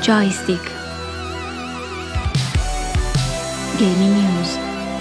Joystick Gaming News.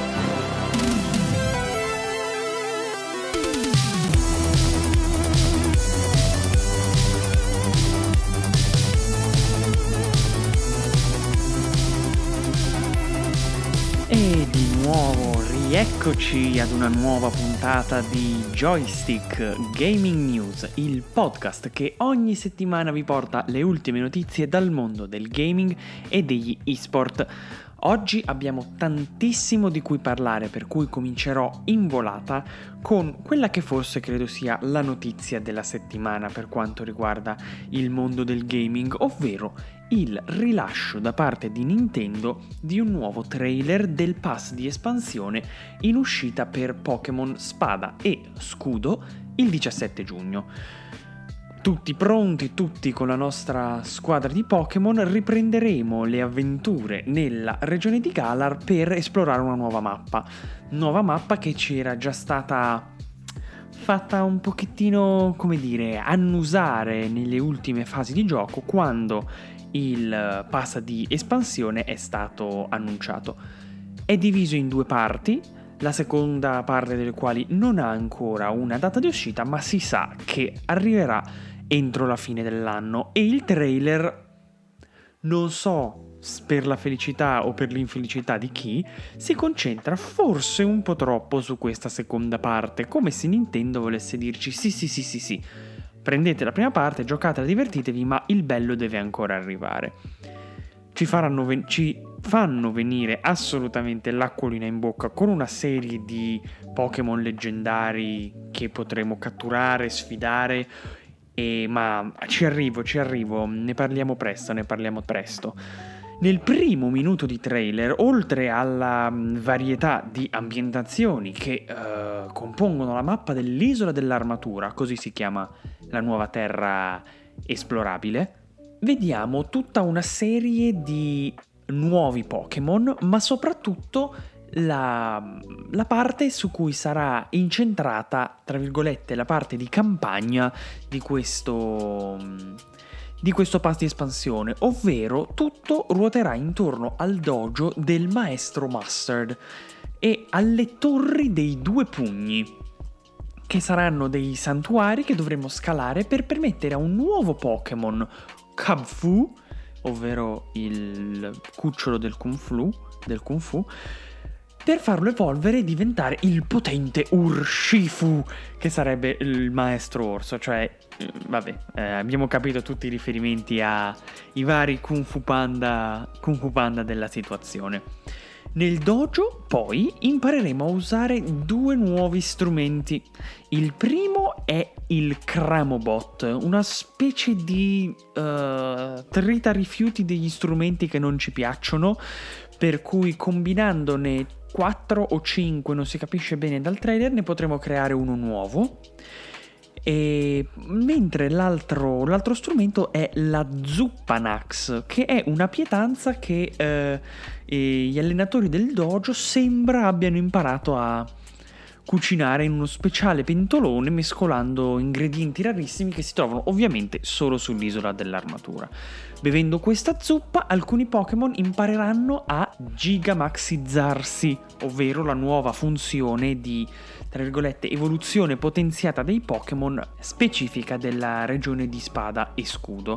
E di nuovo rieccoci ad una nuova puntata di Joystick Gaming News, il podcast che ogni settimana vi porta le ultime notizie dal mondo del gaming e degli esport. Oggi abbiamo tantissimo di cui parlare, per cui comincerò in volata con quella che forse credo sia la notizia della settimana per quanto riguarda il mondo del gaming, ovvero il rilascio da parte di Nintendo di un nuovo trailer del pass di espansione in uscita per Pokémon Spada e Scudo il 17 giugno. Tutti pronti, tutti con la nostra squadra di Pokémon, riprenderemo le avventure nella regione di Galar per esplorare una nuova mappa che ci era già stata fatta un pochettino, come dire, annusare nelle ultime fasi di gioco quando il pass di espansione è stato annunciato. È diviso in due parti, la seconda parte delle quali non ha ancora una data di uscita, ma si sa che arriverà entro la fine dell'anno, e il trailer, non so per la felicità o per l'infelicità di chi, si concentra forse un po' troppo su questa seconda parte, come se Nintendo volesse dirci sì, prendete la prima parte, giocatela, divertitevi, ma il bello deve ancora arrivare. Ci fanno venire assolutamente l'acquolina in bocca con una serie di Pokémon leggendari che potremo catturare, sfidare, ma ci arrivo, ne parliamo presto. Nel primo minuto di trailer, oltre alla varietà di ambientazioni che compongono la mappa dell'isola dell'armatura, così si chiama la nuova terra esplorabile, vediamo tutta una serie di nuovi Pokémon, ma soprattutto la parte su cui sarà incentrata, tra virgolette, la parte di campagna di questo pass di espansione, ovvero tutto ruoterà intorno al dojo del maestro Mustard e alle torri dei due pugni, che saranno dei santuari che dovremo scalare per permettere a un nuovo Pokémon, Kubfu, ovvero il cucciolo del Kung Fu, per farlo evolvere e diventare il potente Urshifu, che sarebbe il maestro orso. Cioè, abbiamo capito tutti i riferimenti ai vari Kung Fu Panda della situazione. Nel dojo poi impareremo a usare due nuovi strumenti. Il primo è il Cramobot, una specie di trita rifiuti degli strumenti che non ci piacciono, per cui combinandone 4 o 5, non si capisce bene dal trailer, ne potremo creare uno nuovo. E mentre l'altro strumento è la Zuppanax, che è una pietanza che gli allenatori del dojo sembra abbiano imparato a cucinare in uno speciale pentolone, mescolando ingredienti rarissimi che si trovano ovviamente solo sull'isola dell'armatura. Bevendo questa zuppa, alcuni Pokémon impareranno a gigamaxizzarsi, ovvero la nuova funzione di, tra virgolette, evoluzione potenziata dei Pokémon attraverso della regione di Spada e Scudo.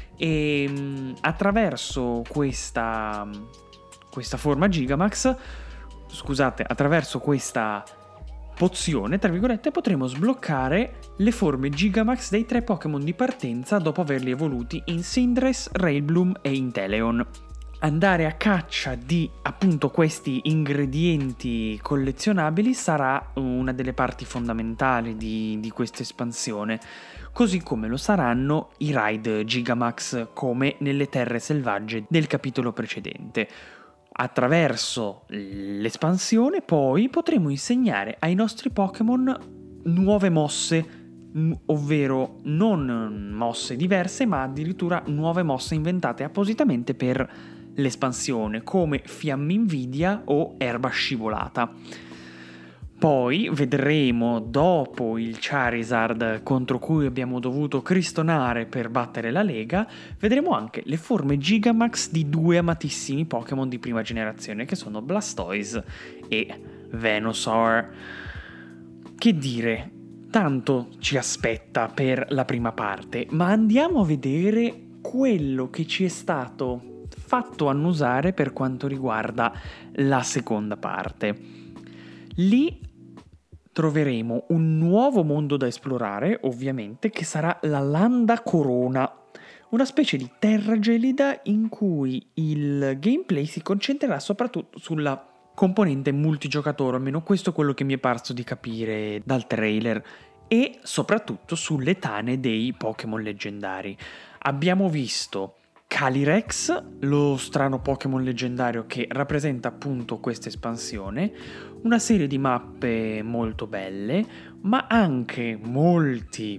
E attraverso questa forma Gigamax, attraverso questa pozione, tra virgolette, potremo sbloccare le forme Gigamax dei 3 Pokémon di partenza dopo averli evoluti in Cinderace, Railbloom e Inteleon. Andare a caccia di appunto questi ingredienti collezionabili sarà una delle parti fondamentali di questa espansione, così come lo saranno i raid Gigamax, come nelle terre selvagge del capitolo precedente. Attraverso l'espansione poi potremo insegnare ai nostri Pokémon nuove mosse, ovvero non mosse diverse, ma addirittura nuove mosse inventate appositamente per l'espansione, come Fiamminvidia o Erba Scivolata. Poi vedremo, dopo il Charizard contro cui abbiamo dovuto cristonare per battere la Lega, vedremo anche le forme Gigamax di due amatissimi Pokémon di prima generazione che sono Blastoise e Venusaur. Che dire, tanto ci aspetta per la prima parte, ma andiamo a vedere quello che ci è stato fatto annusare per quanto riguarda la seconda parte. Lì troveremo un nuovo mondo da esplorare, ovviamente, che sarà la Landa Corona, una specie di terra gelida in cui il gameplay si concentrerà soprattutto sulla componente multigiocatore, almeno questo è quello che mi è parso di capire dal trailer, e soprattutto sulle tane dei Pokémon leggendari. Abbiamo visto Calyrex, lo strano Pokémon leggendario che rappresenta appunto questa espansione, una serie di mappe molto belle, ma anche molti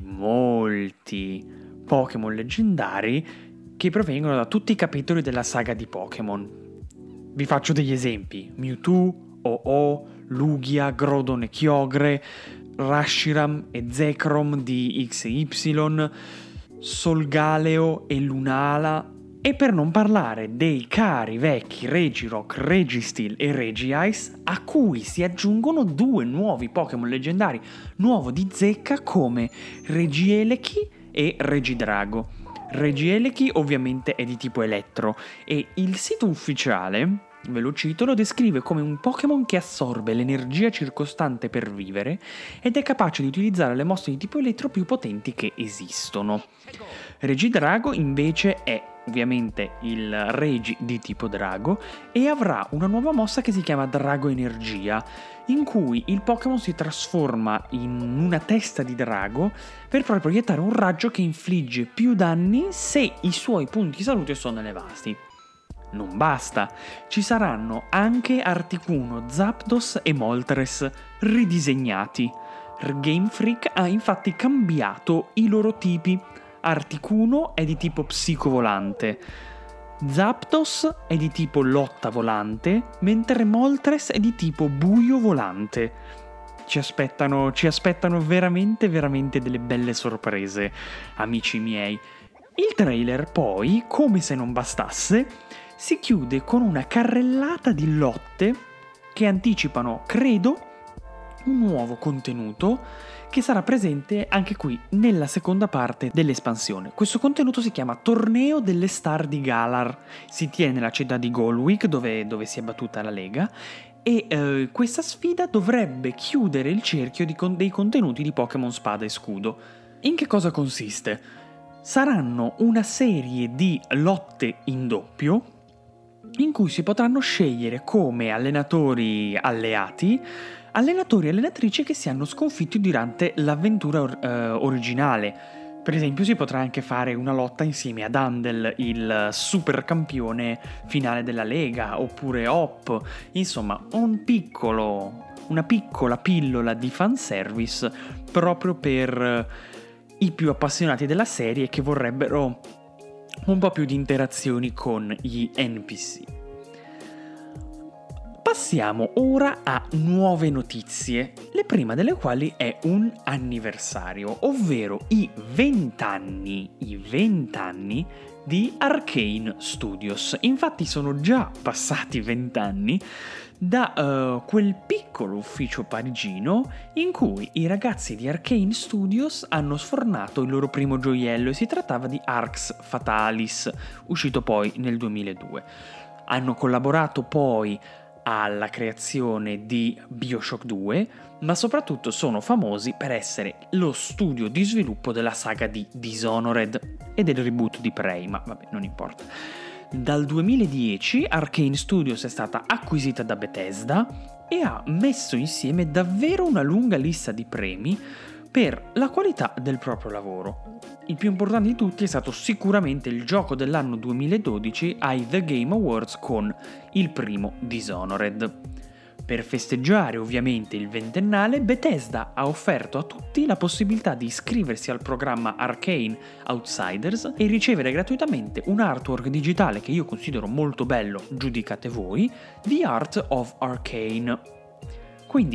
Pokémon leggendari che provengono da tutti i capitoli della saga di Pokémon. Vi faccio degli esempi: Mewtwo, Ho-Oh, Lugia, Groudon e Kyogre, Reshiram e Zekrom di X e Y, Solgaleo e Lunala, e per non parlare dei cari vecchi Regirock, Registeel e Regice, a cui si aggiungono due nuovi Pokémon leggendari nuovo di zecca come Regieleki e Regidrago. Regieleki ovviamente è di tipo elettro e il sito ufficiale, ve lo cito, lo descrive come un Pokémon che assorbe l'energia circostante per vivere ed è capace di utilizzare le mosse di tipo elettro più potenti che esistono. Regidrago invece è ovviamente il Regi di tipo drago e avrà una nuova mossa che si chiama Drago Energia, in cui il Pokémon si trasforma in una testa di drago per poi proiettare un raggio che infligge più danni se i suoi punti salute sono elevati. Non basta, ci saranno anche Articuno, Zapdos e Moltres ridisegnati. Game Freak ha infatti cambiato i loro tipi. Articuno è di tipo psicovolante, Zapdos è di tipo lotta volante, mentre Moltres è di tipo buio volante. Ci aspettano veramente delle belle sorprese, amici miei. Il trailer poi, come se non bastasse, si chiude con una carrellata di lotte che anticipano, credo, un nuovo contenuto che sarà presente anche qui nella seconda parte dell'espansione. Questo contenuto si chiama Torneo delle Star di Galar, si tiene nella città di Golwig dove si è battuta la Lega e questa sfida dovrebbe chiudere il cerchio dei contenuti di Pokémon Spada e Scudo. In che cosa consiste? Saranno una serie di lotte in doppio in cui si potranno scegliere come allenatori alleati allenatori e allenatrici che si hanno sconfitti durante l'avventura originale. Per esempio si potrà anche fare una lotta insieme ad Handel, il super campione finale della Lega, oppure Hop, insomma una piccola pillola di fanservice proprio per i più appassionati della serie che vorrebbero un po' più di interazioni con gli NPC. Passiamo ora a nuove notizie, le prime delle quali è un anniversario, ovvero i 20 anni di Arcane Studios. Infatti sono già passati 20 anni da quel piccolo ufficio parigino in cui i ragazzi di Arcane Studios hanno sfornato il loro primo gioiello e si trattava di Arx Fatalis, uscito poi nel 2002. Hanno collaborato poi alla creazione di BioShock 2, ma soprattutto sono famosi per essere lo studio di sviluppo della saga di Dishonored e del reboot di Prey, ma vabbè, non importa. Dal 2010 Arcane Studios è stata acquisita da Bethesda e ha messo insieme davvero una lunga lista di premi per la qualità del proprio lavoro. Il più importante di tutti è stato sicuramente il gioco dell'anno 2012 ai The Game Awards con il primo Dishonored. Per festeggiare ovviamente il ventennale, Bethesda ha offerto a tutti la possibilità di iscriversi al programma Arcane Outsiders e ricevere gratuitamente un artwork digitale che io considero molto bello, giudicate voi, The Art of Arcane. Quindi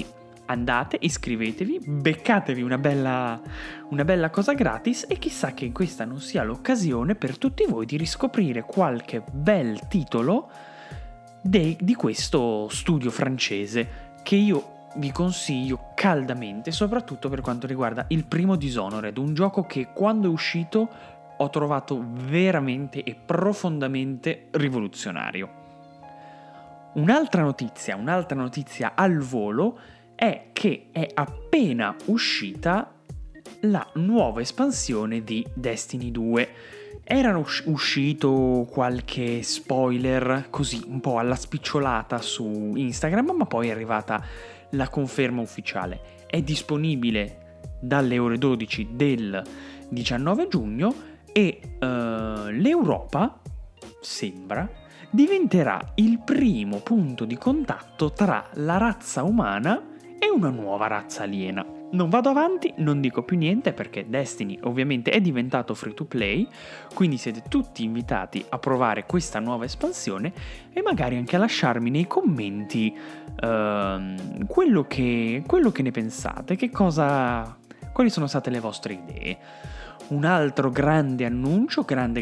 andate, iscrivetevi, beccatevi una bella cosa gratis e chissà che questa non sia l'occasione per tutti voi di riscoprire qualche bel titolo di questo studio francese che io vi consiglio caldamente, soprattutto per quanto riguarda il primo Dishonored, un gioco che quando è uscito ho trovato veramente e profondamente rivoluzionario. Un'altra notizia al volo è che è appena uscita la nuova espansione di Destiny 2. Era uscito qualche spoiler così un po' alla spicciolata su Instagram, ma poi è arrivata la conferma ufficiale. È disponibile dalle ore 12 del 19 giugno e l'Europa, sembra, diventerà il primo punto di contatto tra la razza umana e una nuova razza aliena. Non vado avanti, non dico più niente perché Destiny ovviamente è diventato free to play, quindi siete tutti invitati a provare questa nuova espansione e magari anche a lasciarmi nei commenti quello che ne pensate, quali sono state le vostre idee. Un altro grande annuncio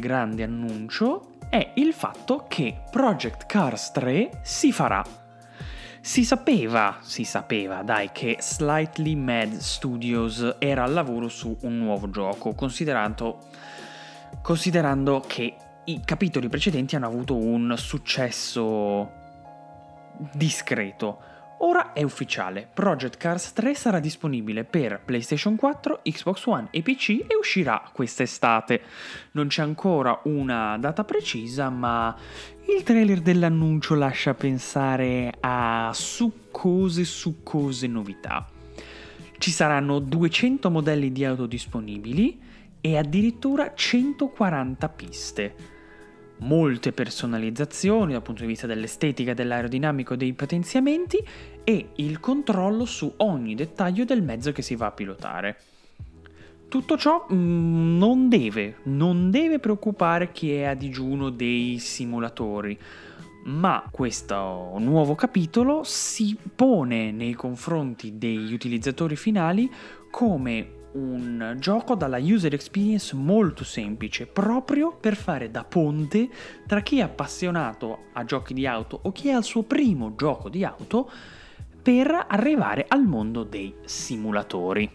è il fatto che Project Cars 3 si farà. Si sapeva, dai, che Slightly Mad Studios era al lavoro su un nuovo gioco, considerando che i capitoli precedenti hanno avuto un successo discreto. Ora è ufficiale, Project Cars 3 sarà disponibile per PlayStation 4, Xbox One e PC e uscirà quest'estate. Non c'è ancora una data precisa, ma il trailer dell'annuncio lascia pensare a succose novità. Ci saranno 200 modelli di auto disponibili e addirittura 140 piste. Molte personalizzazioni dal punto di vista dell'estetica, dell'aerodinamico, dei potenziamenti e il controllo su ogni dettaglio del mezzo che si va a pilotare. Tutto ciò non deve preoccupare chi è a digiuno dei simulatori, ma questo nuovo capitolo si pone nei confronti degli utilizzatori finali come un gioco dalla user experience molto semplice, proprio per fare da ponte tra chi è appassionato a giochi di auto o chi è al suo primo gioco di auto per arrivare al mondo dei simulatori.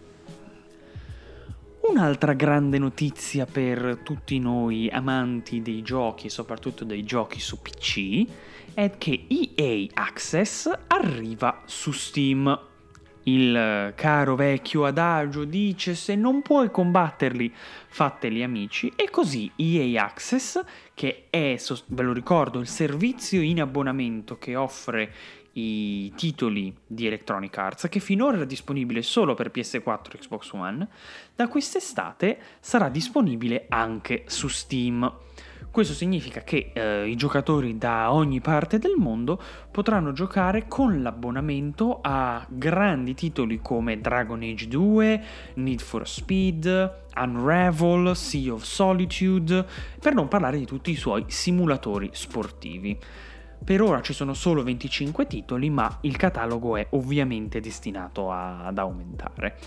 Un'altra grande notizia per tutti noi amanti dei giochi e soprattutto dei giochi su PC è che EA Access arriva su Steam. Il caro vecchio adagio dice: se non puoi combatterli, fateli amici. E così EA Access, che è, ve lo ricordo, il servizio in abbonamento che offre i titoli di Electronic Arts, che finora era disponibile solo per PS4 e Xbox One, da quest'estate sarà disponibile anche su Steam. Questo significa che i giocatori da ogni parte del mondo potranno giocare con l'abbonamento a grandi titoli come Dragon Age 2, Need for Speed, Unravel, Sea of Solitude, per non parlare di tutti i suoi simulatori sportivi. Per ora ci sono solo 25 titoli, ma il catalogo è ovviamente destinato ad aumentare.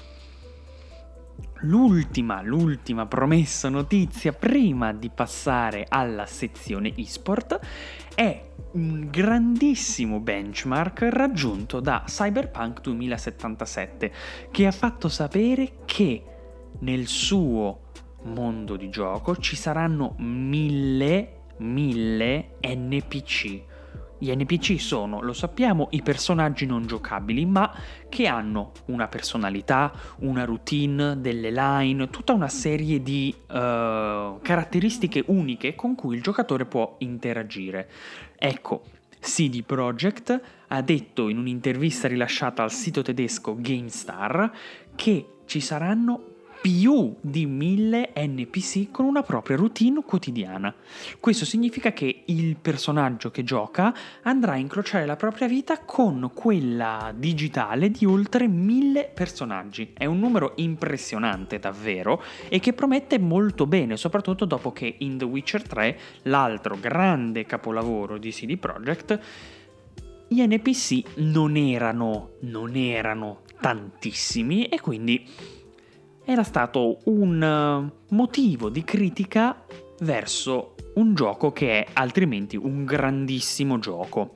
L'ultima promessa notizia prima di passare alla sezione eSport è un grandissimo benchmark raggiunto da Cyberpunk 2077, che ha fatto sapere che nel suo mondo di gioco ci saranno 1000 NPC. Gli NPC sono, lo sappiamo, i personaggi non giocabili, ma che hanno una personalità, una routine, delle line, tutta una serie di caratteristiche uniche con cui il giocatore può interagire. Ecco, CD Projekt ha detto in un'intervista rilasciata al sito tedesco GameStar che ci saranno più di 1000 NPC con una propria routine quotidiana. Questo significa che il personaggio che gioca andrà a incrociare la propria vita con quella digitale di oltre 1000 personaggi. È un numero impressionante davvero e che promette molto bene, soprattutto dopo che in The Witcher 3, l'altro grande capolavoro di CD Projekt, gli NPC non erano tantissimi e quindi era stato un motivo di critica verso un gioco che è altrimenti un grandissimo gioco.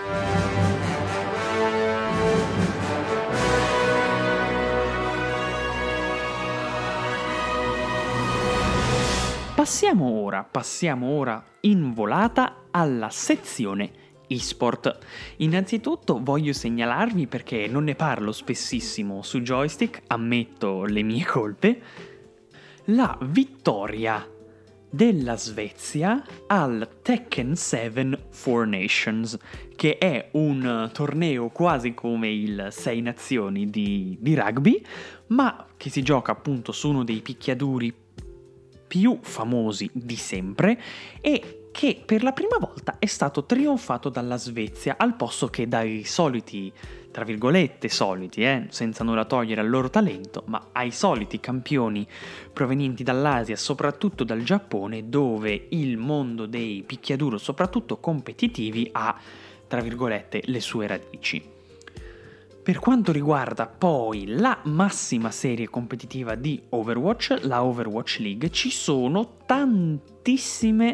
Passiamo ora in volata alla sezione eSport. Innanzitutto voglio segnalarvi, perché non ne parlo spessissimo su Joystick, ammetto le mie colpe, la vittoria della Svezia al Tekken 7 Four Nations, che è un torneo quasi come il Sei Nazioni di rugby, ma che si gioca appunto su uno dei picchiaduri più famosi di sempre e che per la prima volta è stato trionfato dalla Svezia al posto che dai soliti, tra virgolette soliti, senza nulla togliere al loro talento, ma ai soliti campioni provenienti dall'Asia, soprattutto dal Giappone, dove il mondo dei picchiaduro, soprattutto competitivi, ha, tra virgolette, le sue radici. Per quanto riguarda poi la massima serie competitiva di Overwatch, la Overwatch League, ci sono tantissime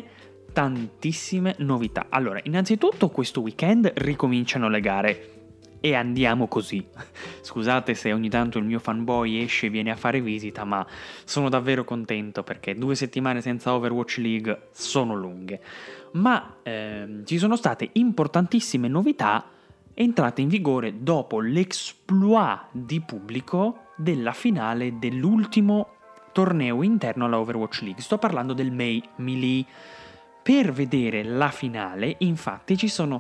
novità. Allora, innanzitutto questo weekend ricominciano le gare e andiamo così. Scusate se ogni tanto il mio fanboy esce e viene a fare visita, ma sono davvero contento perché 2 settimane senza Overwatch League sono lunghe. Ma ci sono state importantissime novità entrate in vigore dopo l'exploit di pubblico della finale dell'ultimo torneo interno alla Overwatch League. Sto parlando del May Melee. Per vedere la finale, infatti, ci sono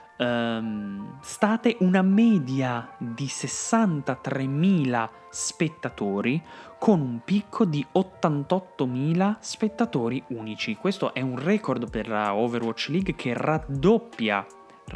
state una media di 63.000 spettatori con un picco di 88.000 spettatori unici. Questo è un record per la Overwatch League che raddoppia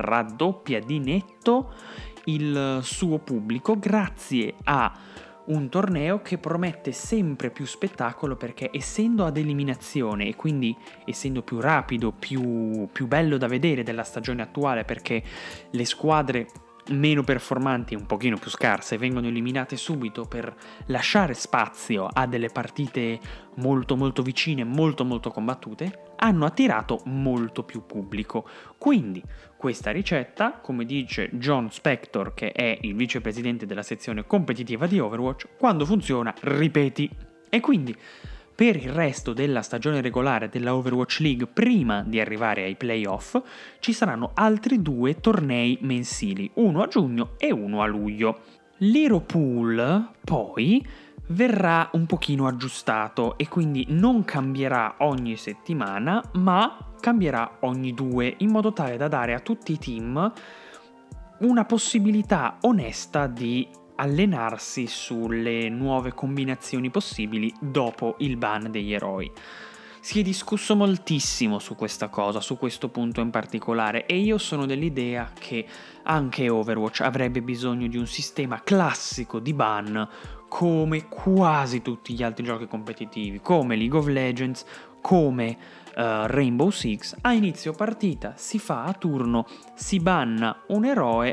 di netto il suo pubblico grazie a un torneo che promette sempre più spettacolo, perché essendo ad eliminazione e quindi essendo più rapido, più bello da vedere della stagione attuale, perché le squadre meno performanti e un pochino più scarse vengono eliminate subito per lasciare spazio a delle partite molto vicine, molto combattute, hanno attirato molto più pubblico. Quindi questa ricetta, come dice John Spector, che è il vicepresidente della sezione competitiva di Overwatch, quando funziona ripeti. E quindi per il resto della stagione regolare della Overwatch League, prima di arrivare ai playoff, ci saranno altri 2 tornei mensili, uno a giugno e uno a luglio. L'Hero Pool poi verrà un pochino aggiustato e quindi non cambierà ogni settimana, ma cambierà ogni 2, in modo tale da dare a tutti i team una possibilità onesta di allenarsi sulle nuove combinazioni possibili dopo il ban degli eroi. Si è discusso moltissimo su questa cosa, su questo punto in particolare, e io sono dell'idea che anche Overwatch avrebbe bisogno di un sistema classico di ban come quasi tutti gli altri giochi competitivi, come League of Legends, come Rainbow Six. A inizio partita si fa a turno, si banna un eroe,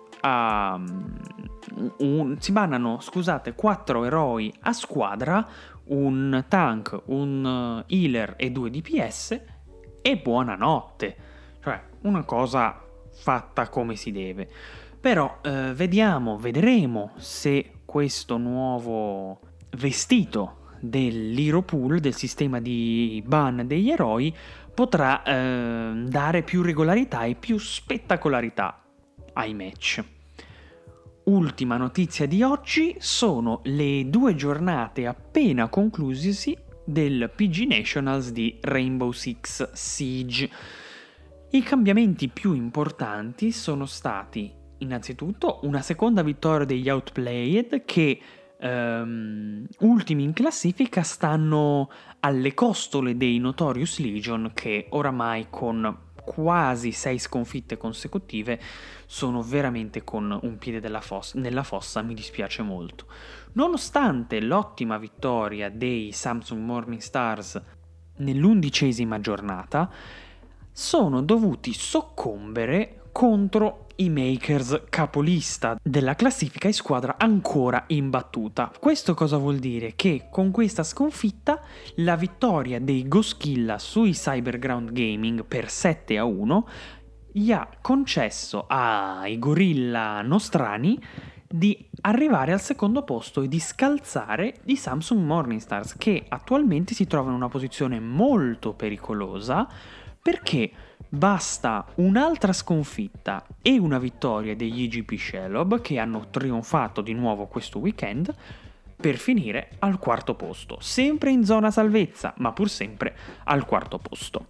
si bannano 4 eroi a squadra, un tank, un healer e 2 DPS, e buonanotte. Cioè, una cosa fatta come si deve. Però vedremo se questo nuovo vestito dell'Hero Pool, del sistema di ban degli eroi, potrà dare più regolarità e più spettacolarità ai match. Ultima notizia di oggi sono le 2 giornate appena conclusesi del PG Nationals di Rainbow Six Siege. I cambiamenti più importanti sono stati innanzitutto una seconda vittoria degli Outplayed, che ultimi in classifica stanno alle costole dei Notorious Legion, che oramai con quasi 6 sconfitte consecutive sono veramente con un piede nella fossa, mi dispiace molto. Nonostante l'ottima vittoria dei Samsung Morning Stars nell'11ª giornata, sono dovuti soccombere contro i Makers, capolista della classifica e squadra ancora imbattuta. Questo cosa vuol dire? Che con questa sconfitta la vittoria dei Goskilla sui Cyberground Gaming per 7-1 gli ha concesso ai Gorilla Nostrani di arrivare al secondo posto e di scalzare i Samsung Morningstars, che attualmente si trovano in una posizione molto pericolosa, perché basta un'altra sconfitta e una vittoria degli IGP Shelob, che hanno trionfato di nuovo questo weekend, per finire al quarto posto, sempre in zona salvezza, ma pur sempre al quarto posto.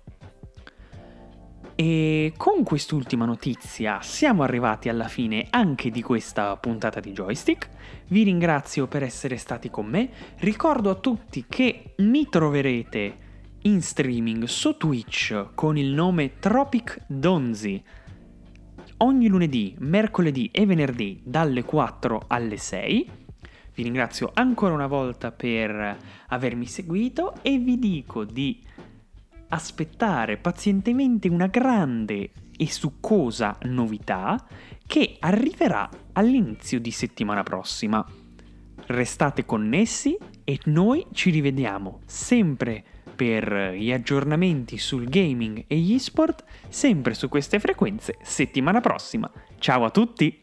E con quest'ultima notizia siamo arrivati alla fine anche di questa puntata di Joystick. Vi ringrazio per essere stati con me. Ricordo a tutti che mi troverete in streaming su Twitch con il nome Tropic Donzi ogni lunedì, mercoledì e venerdì dalle 4 alle 6. Vi ringrazio ancora una volta per avermi seguito e vi dico di aspettare pazientemente una grande e succosa novità che arriverà all'inizio di settimana prossima. Restate connessi e noi ci rivediamo sempre per gli aggiornamenti sul gaming e gli esport, sempre su queste frequenze settimana prossima. Ciao a tutti!